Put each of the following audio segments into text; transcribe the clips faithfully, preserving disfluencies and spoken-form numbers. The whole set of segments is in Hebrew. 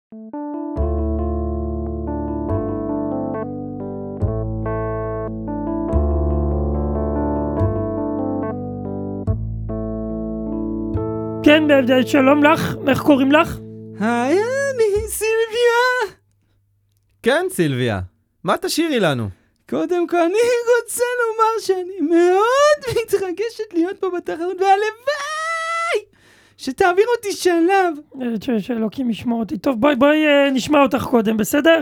כן, שלום לך, איך קוראים לך? היי, אני סילביה. כן, סילביה, מה תשאירי לנו? קודם כל אני רוצה לומר שאני מאוד מתרגשת להיות פה בתחרות, והלוואי שתעביר אותי שלב. שאלוקים ישמור אותי. טוב, בואי בואי נשמע אותך קודם, בסדר?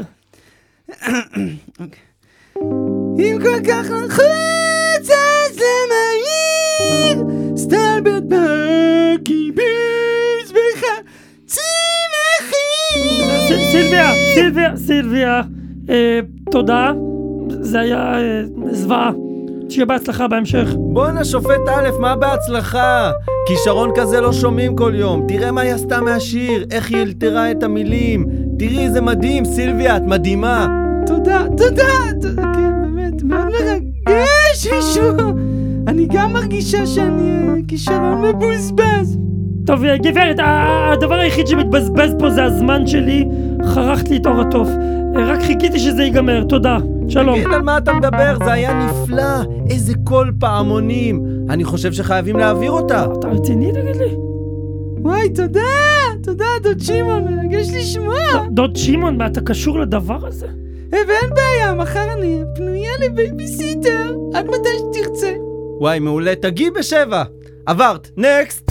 אם כל כך לחוץ אז למהיר סטלבט בקיבוץ בחצי מחיר. סילביה, סילביה, סילביה, תודה, זה היה זוועה. שיהיה בהצלחה בהמשך. בוא נשופט א', מה בהצלחה? כישרון כזה לא שומעים כל יום. תראה מה היא עשתה מהשיר, איך היא אלתרה את המילים. תראי, זה מדהים, סילביה, את מדהימה. תודה, תודה, תודה, כן, באמת, מאוד מרגש לשמוע. אני גם מרגישה שאני כישרון מבוזבז. טוב, גברת, הדבר היחיד שמתבזבז פה זה הזמן שלי. חרכת לי את אור התוף. רק חיכיתי שזה ייגמר, תודה. שלום. תגיד, על מה אתה מדבר? זה היה נפלא. איזה קול פעמונים. אני חושב שחייבים להעביר אותה. אתה רציני, תגיד לי? וואי, תודה, תודה, דוד שמעון, מרגש לשמוע. דוד שמעון, מה אתה קשור לדבר הזה? ואין בעיה, מחר אני פנויה לבייביסיטר, עד מתי שתרצה. וואי, מעולה, תגיעי בשבע. עברת, נקסט.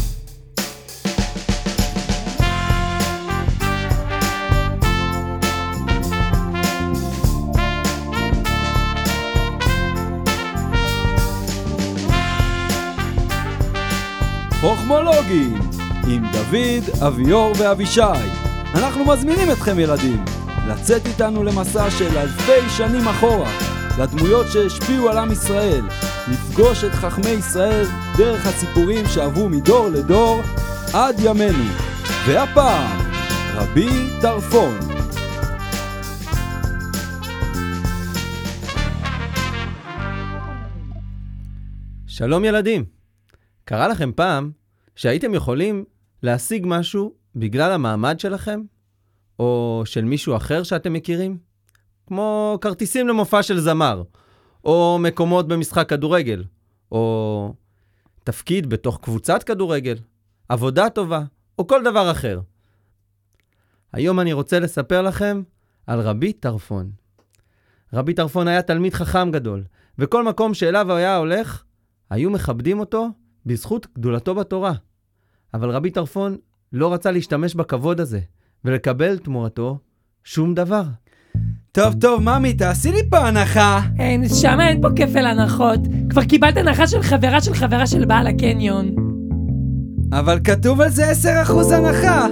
חוכמולוגים עם דוד, אביור ואבישי. אנחנו מזמינים אתכם ילדים לצאת איתנו למסע של אלפי שנים אחורה, לדמויות שהשפיעו על עם ישראל, לפגוש את חכמי ישראל דרך הסיפורים שעברו מדור לדור עד ימינו. והפעם רבי טרפון. שלום ילדים. קרה לכם פעם שהייתם יכולים להשיג משהו בגלל המעמד שלכם? או של מישהו אחר שאתם מכירים? כמו כרטיסים למופע של זמר, או מקומות במשחק כדורגל, או תפקיד בתוך קבוצת כדורגל, עבודה טובה, או כל דבר אחר. היום אני רוצה לספר לכם על רבי טרפון. רבי טרפון היה תלמיד חכם גדול, וכל מקום שאליו היה הולך, היו מכבדים אותו בזכות גדולתו בתורה. אבל רבי טרפון לא רצה להשתמש בכבוד הזה, ולקבל תמורתו שום דבר. טוב, טוב, ממי, תעשי לי פה הנחה. אין, שם אין פה כפל הנחות. כבר קיבלת הנחה של חברה של חברה של בעל הקניון. אבל כתוב על זה עשר אחוז הנחה.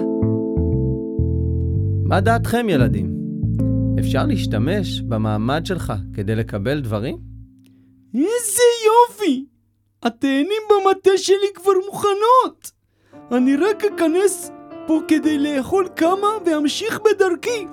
מה דעתכם, ילדים? אפשר להשתמש במעמד שלך כדי לקבל דברים? איזה יופי! התאנים במטה שלי כבר מוכנות. אני רק אכנס פה כדי לאכול כמה ואמשיך בדרכי.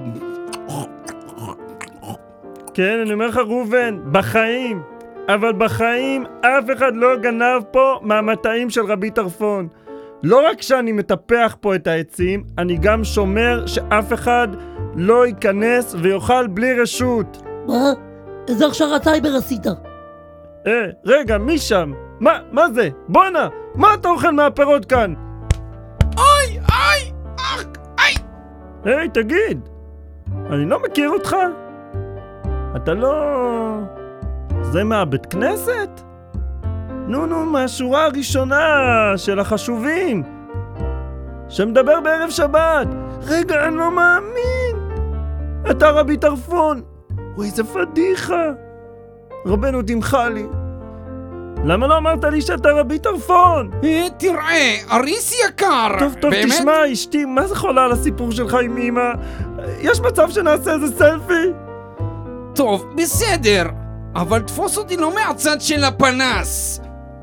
כן, אני אומר לך רובן, בחיים, אבל בחיים אף אחד לא גנב פה מהמטעים של רבי טרפון. לא רק שאני מטפח פה את העצים, אני גם שומר שאף אחד לא ייכנס ויאכל בלי רשות. מה? איזה הכשרה סייבר עשית? אה, רגע, מי שם? מה, מה זה? בונה, מה אתה אוכל מהפירות כאן? אוי, אוי, אך, אי. היי, תגיד, אני לא מכיר אותך? אתה לא... זה מהבית כנסת? נו נו, מהשורה הראשונה של החשובים שמדבר בערב שבת. רגע, אני לא מאמין. אתה רבי טרפון. אוי, איזה פדיחה. רבנו תמחה לי. למה לא אמרת לי שאתה רבי טרפון? אה, תראה, אריס יקר. טוב, טוב, באמת? תשמע, אשתי, מה זה חולה על הסיפור שלך עם אמא? יש מצב שנעשה איזה סלפי? טוב, בסדר, אבל תפוס אותי לא מהצד של הפנס.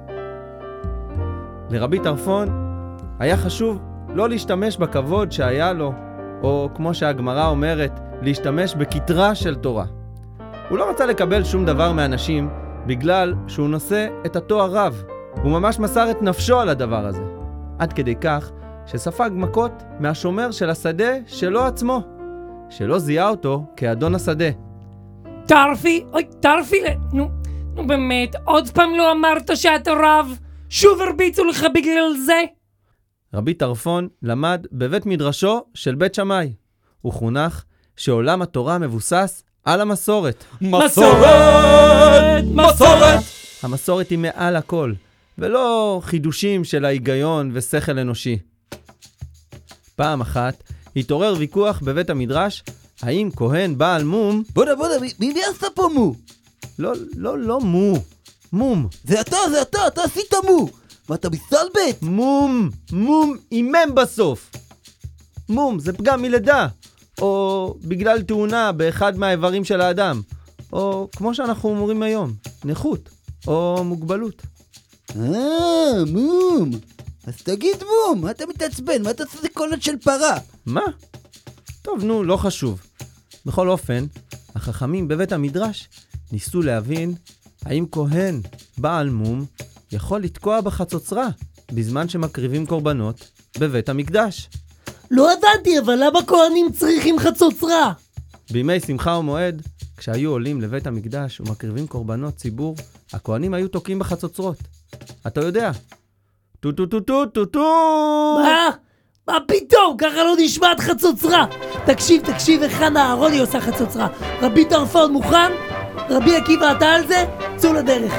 לרבי טרפון היה חשוב לא להשתמש בכבוד שהיה לו, או כמו שהגמרא אומרת, להשתמש בכתרה של תורה. הוא לא רצה לקבל שום דבר מאנשים בגלל שהוא נושא את התואר רב. הוא ממש מסר את נפשו על הדבר הזה. עד כדי כך שספג מכות מהשומר של השדה שלו עצמו, שלא זיהה אותו כאדון השדה. טרפי, אוי, טרפי, נו, נו באמת, עוד פעם לא אמרת שאתה רב? שוב הרביצו לך בגלל זה? רבי טרפון למד בבית מדרשו של בית שמאי. הוא חונך שעולם התורה מבוסס על המסורת. מסורת! מסורת! המסורת היא מעל הכל, ולא חידושים של ההיגיון ושכל אנושי. פעם אחת התעורר ויכוח בבית המדרש, האם כהן בעל מום... בודה בודה, מי, מי עשה פה מו? לא, לא, לא מו. מום. זה אתה, זה אתה, אתה עשית מו. מה, אתה מסתלבט? מום. מום אימם בסוף. מום זה פגם מלידה, או בגלל תאונה באחד מהאיברים של האדם, או כמו שאנחנו אומרים היום, נכות, או מוגבלות. אה, מום. אז תגיד מום, מה אתה מתעצבן? מה אתה עושה זה קולות של פרה? מה? טוב, נו, לא חשוב. בכל אופן, החכמים בבית המדרש ניסו להבין האם כהן בעל מום יכול לתקוע בחצוצרה בזמן שמקריבים קורבנות בבית המקדש. לא הבנתי, אבל למה כהנים צריכים חצוצרה? בימי שמחה ומועד, כשהיו עולים לבית המקדש ומקריבים קורבנות ציבור, הכהנים היו תוקעים בחצוצרות. אתה יודע, טו טו טו טו טו טו. מה? מה פתאום? ככה לא נשמעת חצוצרה. תקשיב, תקשיב איך חנה אהרוני עושה חצוצרה. רבי טרפון מוכן? רבי עקיבא אתה על זה? צאו לדרך.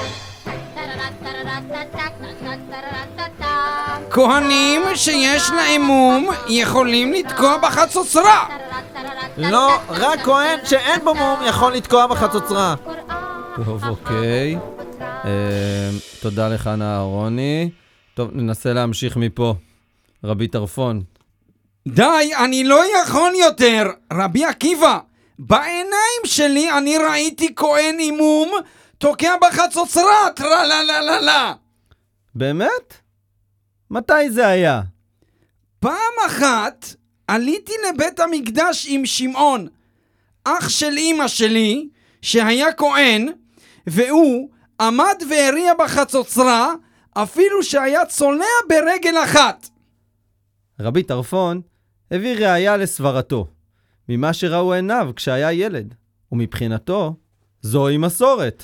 כהנים שיש להם מום יכולים לתקוע בחצוצרה. לא, רק כהן שאין בו מום יכול לתקוע בחצוצרה. טוב, אוקיי. אה, תודה לך חנה אהרוני. טוב, ננסה להמשיך מפה. רבי טרפון. די, אני לא יכול יותר. רבי עקיבא, בעיניים שלי אני ראיתי כהן עם מום תוקע בחצוצרה. טרללללה. באמת? מתי זה היה? פעם אחת עליתי לבית המקדש עם שמעון, אח של אמא שלי, שהיה כהן, והוא עמד והריע בחצוצרה, אפילו שהיה צולע ברגל אחת. רבי טרפון הביא ראיה לסברתו, ממה שראו עיניו כשהיה ילד, ומבחינתו זוהי מסורת.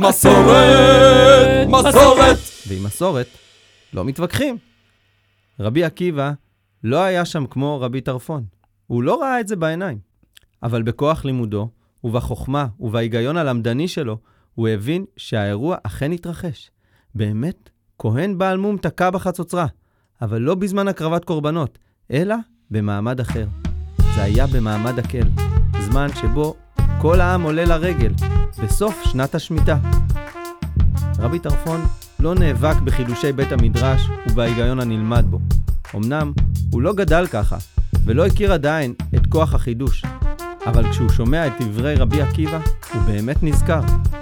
מסורת! מסורת! ועם מסורת לא מתווכחים. רבי עקיבא לא היה שם כמו רבי טרפון. הוא לא ראה את זה בעיניים. אבל בכוח לימודו, ובחוכמה ובהיגיון הלמדני שלו, הוא הבין שהאירוע אכן התרחש. באמת, כהן בעל מום תקע בחצוצרה, אבל לא בזמן הקרבת קורבנות, אלא במעמד אחר. זה היה במעמד הקל, זמן שבו כל העם עולה לרגל, בסוף שנת השמיטה. רבי טרפון לא נאבק בחידושי בית המדרש ובהיגיון הנלמד בו. אמנם הוא לא גדל ככה, ולא הכיר עדיין את כוח החידוש. אבל כשהוא שומע את דברי רבי עקיבא, הוא באמת נזכר.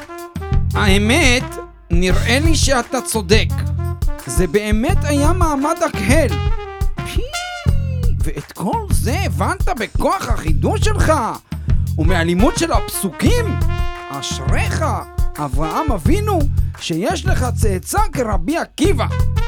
האמת, נראה לי שאתה צודק. זה באמת היה מעמד הקהל. פי, ואת כל זה הבנת בכוח החידוש שלך, ומהלימוד של הפסוקים. אשריך, אברהם אבינו, שיש לך צאצא כרבי עקיבא.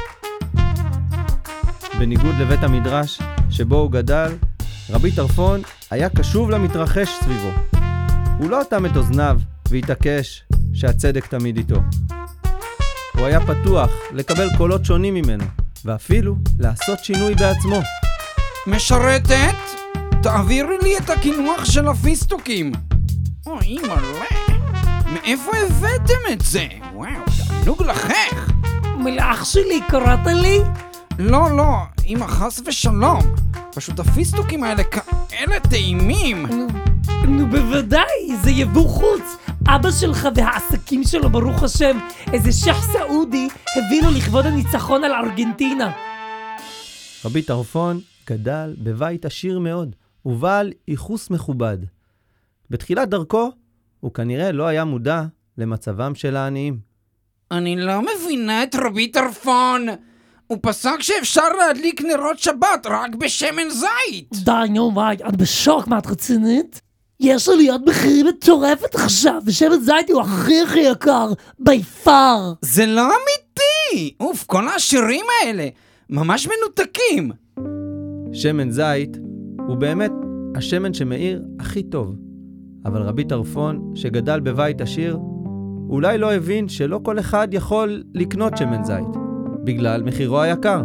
בניגוד לבית המדרש שבו הוא גדל, רבי טרפון היה קשוב למתרחש סביבו. הוא לא אטם את אוזניו והתעקש שהצדק תמיד איתו. הוא היה פתוח לקבל קולות שונים ממנו, ואפילו לעשות שינוי בעצמו. משרתת, תעבירי לי את הכינוח של הפיסטוקים. אוי מלא, מאיפה הבאתם את זה? וואו, תענוג לחך. מלאך שלי, קראת לי? לא, לא, אמא חס ושלום. פשוט הפיסטוקים האלה כאלה טעימים. נו, נו בוודאי, זה יבוא חוץ. אבא שלך והעסקים שלו, ברוך השם, איזה שייח סעודי הביא לו לכבוד הניצחון על ארגנטינה. רבי טרפון גדל בבית עשיר מאוד, ובעל ייחוס מכובד. בתחילת דרכו, הוא כנראה לא היה מודע למצבם של העניים. אני לא מבינה את רבי טרפון. הוא פסק שאפשר להדליק נרות שבת רק בשמן זית. די, נו, וואי, את בשוק, מה את רצינית? יש עליית מחירים מטורפת עכשיו, ושמן זית הוא הכי הכי יקר, ביפר. זה לא אמיתי. אוף, כל השירים האלה. ממש מנותקים. שמן זית הוא באמת השמן שמאיר הכי טוב. אבל רבי טרפון, שגדל בבית עשיר, אולי לא הבין שלא כל אחד יכול לקנות שמן זית, בגלל מחירו היקר.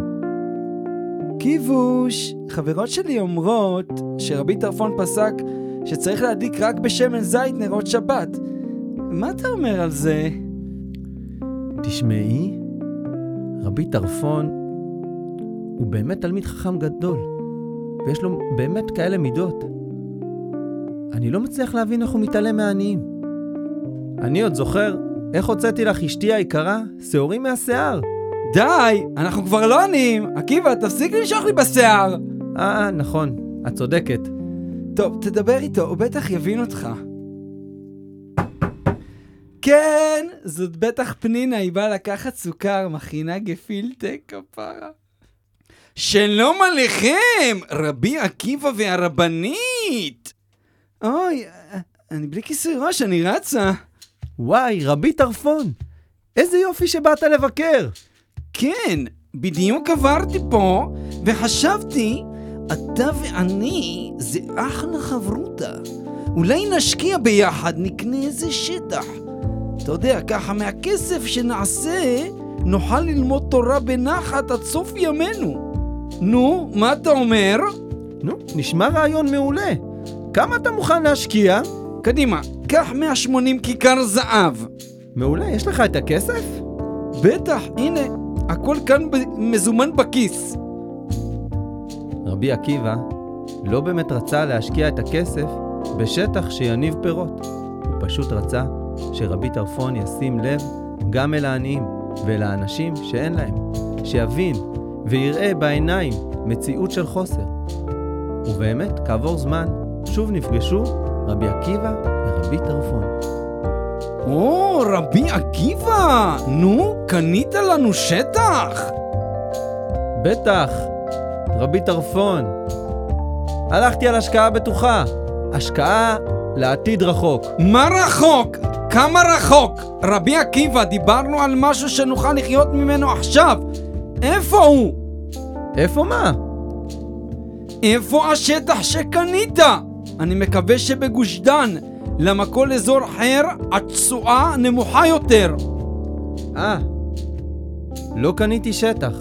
כיבוש, חברות שלי אומרות שרבי טרפון פסק שצריך להדליק רק בשמן זית נרות שבת. מה אתה אומר על זה? תשמעי, רבי טרפון הוא באמת תלמיד חכם גדול, ויש לו באמת כאלה מידות. אני לא מצליח להבין איך הוא מתעלם מהעניים. אני עוד זוכר איך הוצאתי לך אשתי היקרה שעורים מהשיער. די, אנחנו כבר לא עניים. עקיבא, תפסיק לנשוך לי בשיער. אה, נכון, את צודקת. טוב, תדבר איתו, הוא בטח יבין אותך. כן, זאת בטח פנינה, היא באה לקחת סוכר, מכינה גפילטה כפרה. שלום עליכם, רבי עקיבא והרבנית. אוי, אני בלי כיסוי ראש, אני רצה. וואי, רבי טרפון, איזה יופי שבאת לבקר. כן, בדיוק עברתי פה וחשבתי, אתה ואני זה אחלה חברותה. אולי נשקיע ביחד, נקנה איזה שטח. אתה יודע, ככה מהכסף שנעשה, נוכל ללמוד תורה בנחת עד סוף ימינו. נו, מה אתה אומר? נו, נשמע רעיון מעולה. כמה אתה מוכן להשקיע? קדימה, קח מאה ושמונים כיכר זהב. מעולה, יש לך את הכסף? בטח, הנה, הכל כאן מזומן בכיס. רבי עקיבא לא באמת רצה להשקיע את הכסף בשטח שיניב פירות. הוא פשוט רצה שרבי טרפון ישים לב גם אל העניים ואל האנשים שאין להם, שיבין ויראה בעיניים מציאות של חוסר. ובאמת, כעבור זמן, שוב נפגשו רבי עקיבא ורבי טרפון. או, רבי עקיבא, נו, קנית לנו שטח? בטח, רבי טרפון. הלכתי על השקעה בטוחה, השקעה לעתיד רחוק. מה רחוק? כמה רחוק? רבי עקיבא, דיברנו על משהו שנוכל לחיות ממנו עכשיו. איפה הוא? איפה מה? איפה השטח שקנית? אני מקווה שבגוש דן, למה כל אזור אחר התשואה נמוכה יותר. אה, לא קניתי שטח.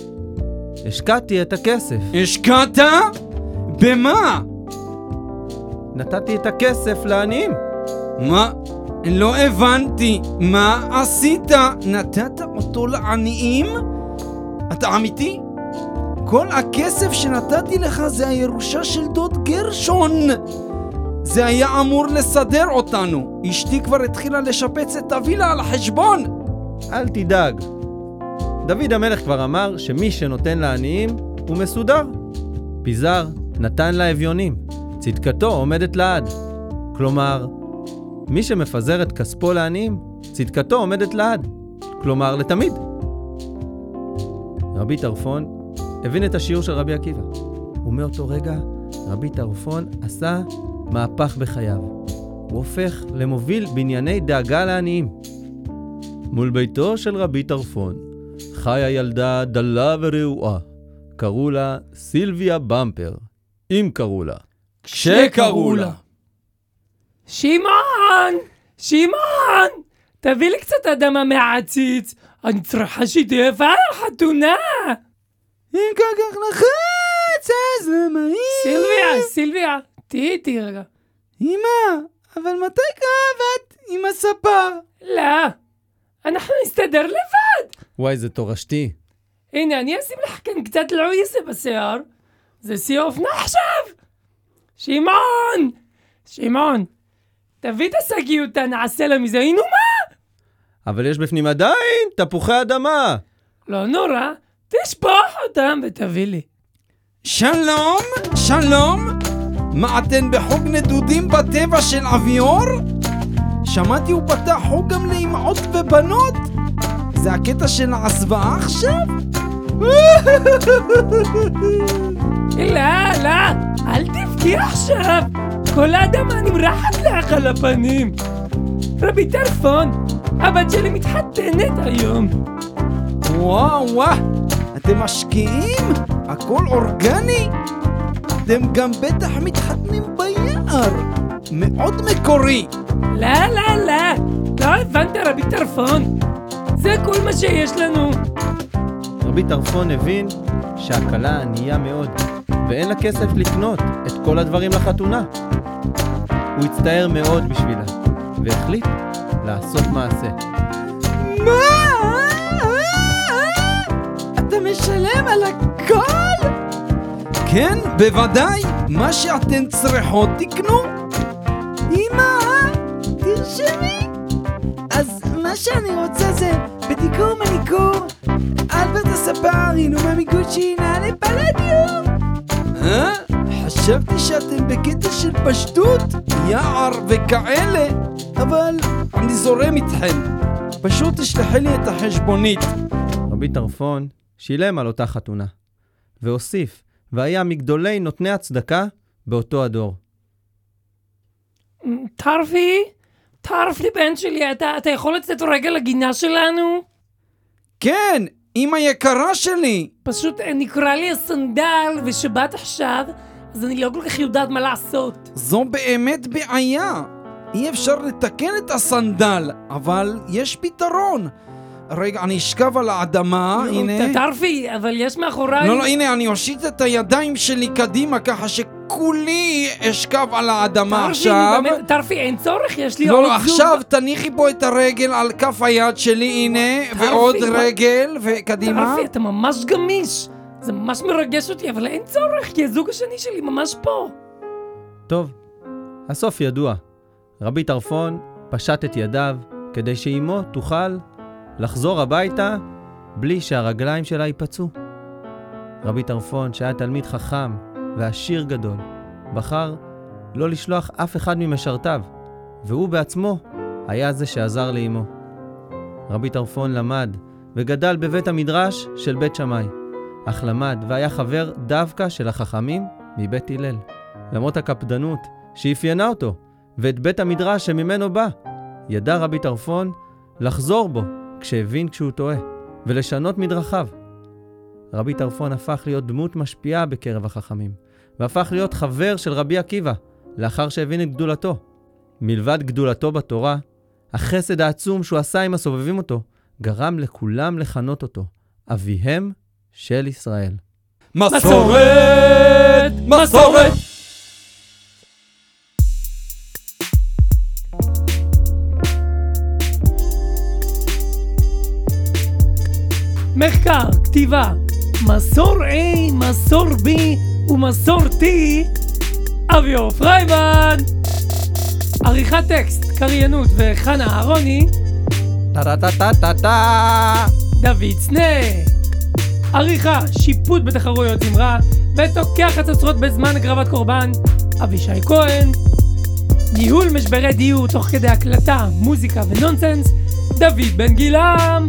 השקעתי את הכסף. השקעת? במה? נתתי את הכסף לעניים. מה? לא הבנתי. מה עשית? נתת אותו לעניים? אתה אמיתי? כל הכסף שנתתי לך זה הירושה של דוד גרשון. זה היה אמור לסדר אותנו. אשתי כבר התחילה לשפץ את הווילה על החשבון. אל תדאג. דוד המלך כבר אמר שמי שנותן לעניים הוא מסודר. פיזר נתן לאביונים. צדקתו עומדת לעד. כלומר, מי שמפזר את כספו לעניים, צדקתו עומדת לעד. כלומר, לתמיד. רבי טרפון הבין את השיעור של רבי עקיבא. ומאותו רגע, רבי טרפון עשה מהפך בחייו. הוא הופך למוביל בענייני דאגה לעניים. מול ביתו של רבי טרפון חיה ילדה דלה ורעועה. קראו לה סילביה במפר. אם קראו לה. כשקראו לה. שמעון! שמעון! תביא לי קצת אדמה מהעציץ. אני צריכה שתהיה חתונה. אם כל כך לחץ, אז למה היא? סילביה, סילביה, תהי איתי רגע. אמא, אבל מתי קרבת עם הספר? לא, אנחנו נסתדר לבד. וואי, זה תורשתי. הנה, אני אשים לך כאן קצת לעויסה בשיער. זה שיא אופנה עכשיו. שמעון! שמעון, תביא את השגיות, נעשה לה מזה, הנה מה? אבל יש בפנים עדיין תפוחי אדמה. לא נורא, תשפוך אותם ותביא לי. שלום, שלום. מה אתן בחוג נדודים בטבע של אביור? שמעתי הוא פתח חוג גם לאמהות ובנות. זה הקטע של ההסוואה עכשיו? לא, לא, אל תבכי עכשיו. כל האדמה נמרחת לך על הפנים. רבי טרפון, הבת שלי מתחתנת היום. וואו וואו, אתם משקיעים? הכל אורגני? אתם גם בטח מתחתנים ביער. מאוד מקורי. לא, לא, לא. לא הבנת רבי טרפון. זה כל מה שיש לנו. רבי טרפון הבין שהכלה ענייה מאוד, ואין לה כסף לקנות את כל הדברים לחתונה. הוא הצטער מאוד בשבילה, והחליט לעשות מעשה. מה? אתה משלם על הכל? כן, בוודאי. מה שאתן צריכות תקנו. אמא, תרשמי. אז מה שאני רוצה זה בדיקור מניקור, אלברט הספארי, נומה מגוצ'י, נעלי פלדיום. אה? חשבתי שאתם בקטע של פשטות, יער וכאלה, אבל אני זורם איתכם. פשוט תשלחי לי את החשבונית. רבי טרפון שילם על אותה חתונה, והוסיף, והיה מגדולי נותני הצדקה באותו הדור. טרפי, טרפי בן שלי, אתה, אתה יכול לצאת רגע לגינה שלנו? כן, אמא יקרה שלי. פשוט נקרא לי הסנדל ושבת עכשיו, אז אני לא כל כך יודעת מה לעשות. זו באמת בעיה. אי אפשר לתקן את הסנדל, אבל יש פתרון. רגע, אני אשכב על האדמה, הנה. טרפי, אבל יש מאחוריי... לא, לא, הנה, אני אושיט את הידיים שלי קדימה, ככה שכולי אשכב על האדמה עכשיו. טרפי, אין צורך, יש לי לא, עוד לא, זוג. עכשיו תניחי פה את הרגל על כף היד שלי, הנה, ועוד רגל, וקדימה. טרפי, אתה ממש גמיש. זה ממש מרגש אותי, אבל אין צורך, כי הזוג השני שלי ממש פה. טוב, הסוף ידוע. רבי טרפון פשט את ידיו כדי שאימו תוכל לחזור הביתה בלי שהרגליים שלה ייפצעו. רבי טרפון, שהיה תלמיד חכם ועשיר גדול, בחר לא לשלוח אף אחד ממשרתיו, והוא בעצמו היה זה שעזר לאימו. רבי טרפון למד וגדל בבית המדרש של בית שמאי, אך למד והיה חבר דווקא של החכמים מבית הלל. למרות הקפדנות שאפיינה אותו ואת בית המדרש שממנו בא, ידע רבי טרפון לחזור בו כשהבין כשהוא טועה, ולשנות מדרכיו. רבי טרפון הפך להיות דמות משפיעה בקרב החכמים, והפך להיות חבר של רבי עקיבא, לאחר שהבין את גדולתו. מלבד גדולתו בתורה, החסד העצום שהוא עשה עם הסובבים אותו, גרם לכולם לכנות אותו, אביהם של ישראל. מסורת! מסורת! מחקר, כתיבה, מסור A, מסור B ומסור T, אביור פריימן. עריכת טקסט, קריינות וחנה אהרוני. טה-טה-טה-טה-טה. דוד סנה. עריכה, שיפוט בתחרויות זמרה ותוקח חצוצרות בזמן הקרבת קורבן, אבישי כהן. ניהול משברי דיור תוך כדי הקלטה, מוזיקה ונונסנס, דוד בן גילם.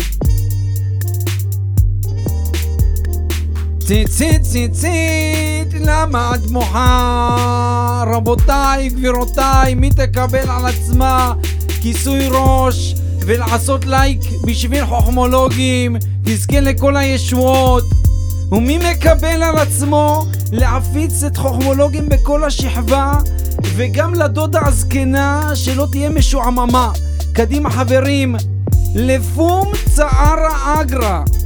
ציצית ציצית, למה את מוחה? רבותיי, גבירותיי, מי תקבל על עצמה כיסוי ראש ולעשות לייק בשביל חוכמולוגים, תזכה לכל הישועות? ומי מקבל על עצמו להפיץ את חוכמולוגים בכל השכבה, וגם לדודה הזקנה שלא תהיה משועממה? קדימה חברים, לפום צערה אגרה.